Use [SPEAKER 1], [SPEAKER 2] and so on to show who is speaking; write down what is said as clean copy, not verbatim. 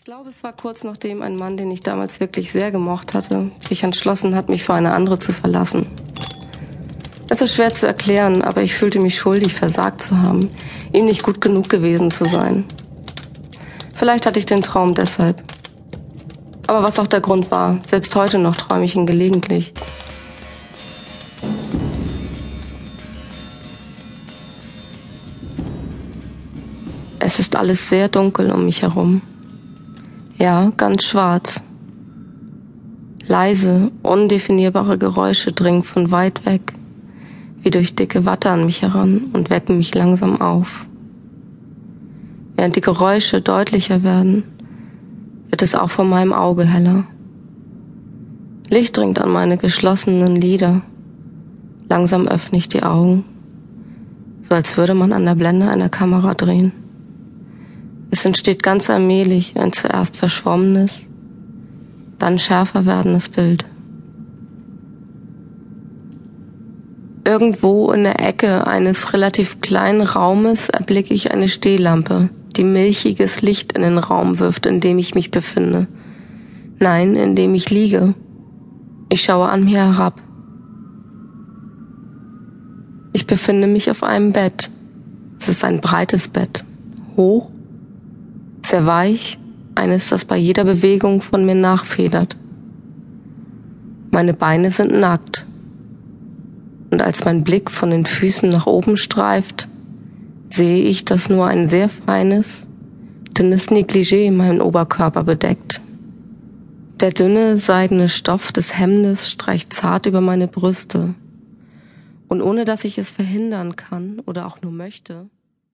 [SPEAKER 1] glaube, es war kurz nachdem ein Mann, den ich damals wirklich sehr gemocht hatte, sich entschlossen hat, mich für eine andere zu verlassen. Es ist schwer zu erklären, aber ich fühlte mich schuldig, versagt zu haben, ihm nicht gut genug gewesen zu sein. Vielleicht hatte ich den Traum deshalb. Aber was auch der Grund war, selbst heute noch träume ich ihn gelegentlich. Es ist alles sehr dunkel um mich herum. Ja, ganz schwarz. Leise, undefinierbare Geräusche dringen von weit weg, wie durch dicke Watte an mich heran und wecken mich langsam auf. Während die Geräusche deutlicher werden, wird es auch vor meinem Auge heller. Licht dringt an meine geschlossenen Lider. Langsam öffne ich die Augen, so als würde man an der Blende einer Kamera drehen. Es entsteht ganz allmählich ein zuerst verschwommenes, dann schärfer werdendes Bild. Irgendwo in der Ecke eines relativ kleinen Raumes erblicke ich eine Stehlampe, die milchiges Licht in den Raum wirft, in dem ich mich befinde. Nein, in dem ich liege. Ich schaue an mir herab. Ich befinde mich auf einem Bett. Es ist ein breites Bett, hoch, sehr weich, eines, das bei jeder Bewegung von mir nachfedert. Meine Beine sind nackt. Und als mein Blick von den Füßen nach oben streift, sehe ich, dass nur ein sehr feines, dünnes Negligé meinen Oberkörper bedeckt. Der dünne, seidene Stoff des Hemdes streicht zart über meine Brüste. Und ohne dass ich es verhindern kann oder auch nur möchte,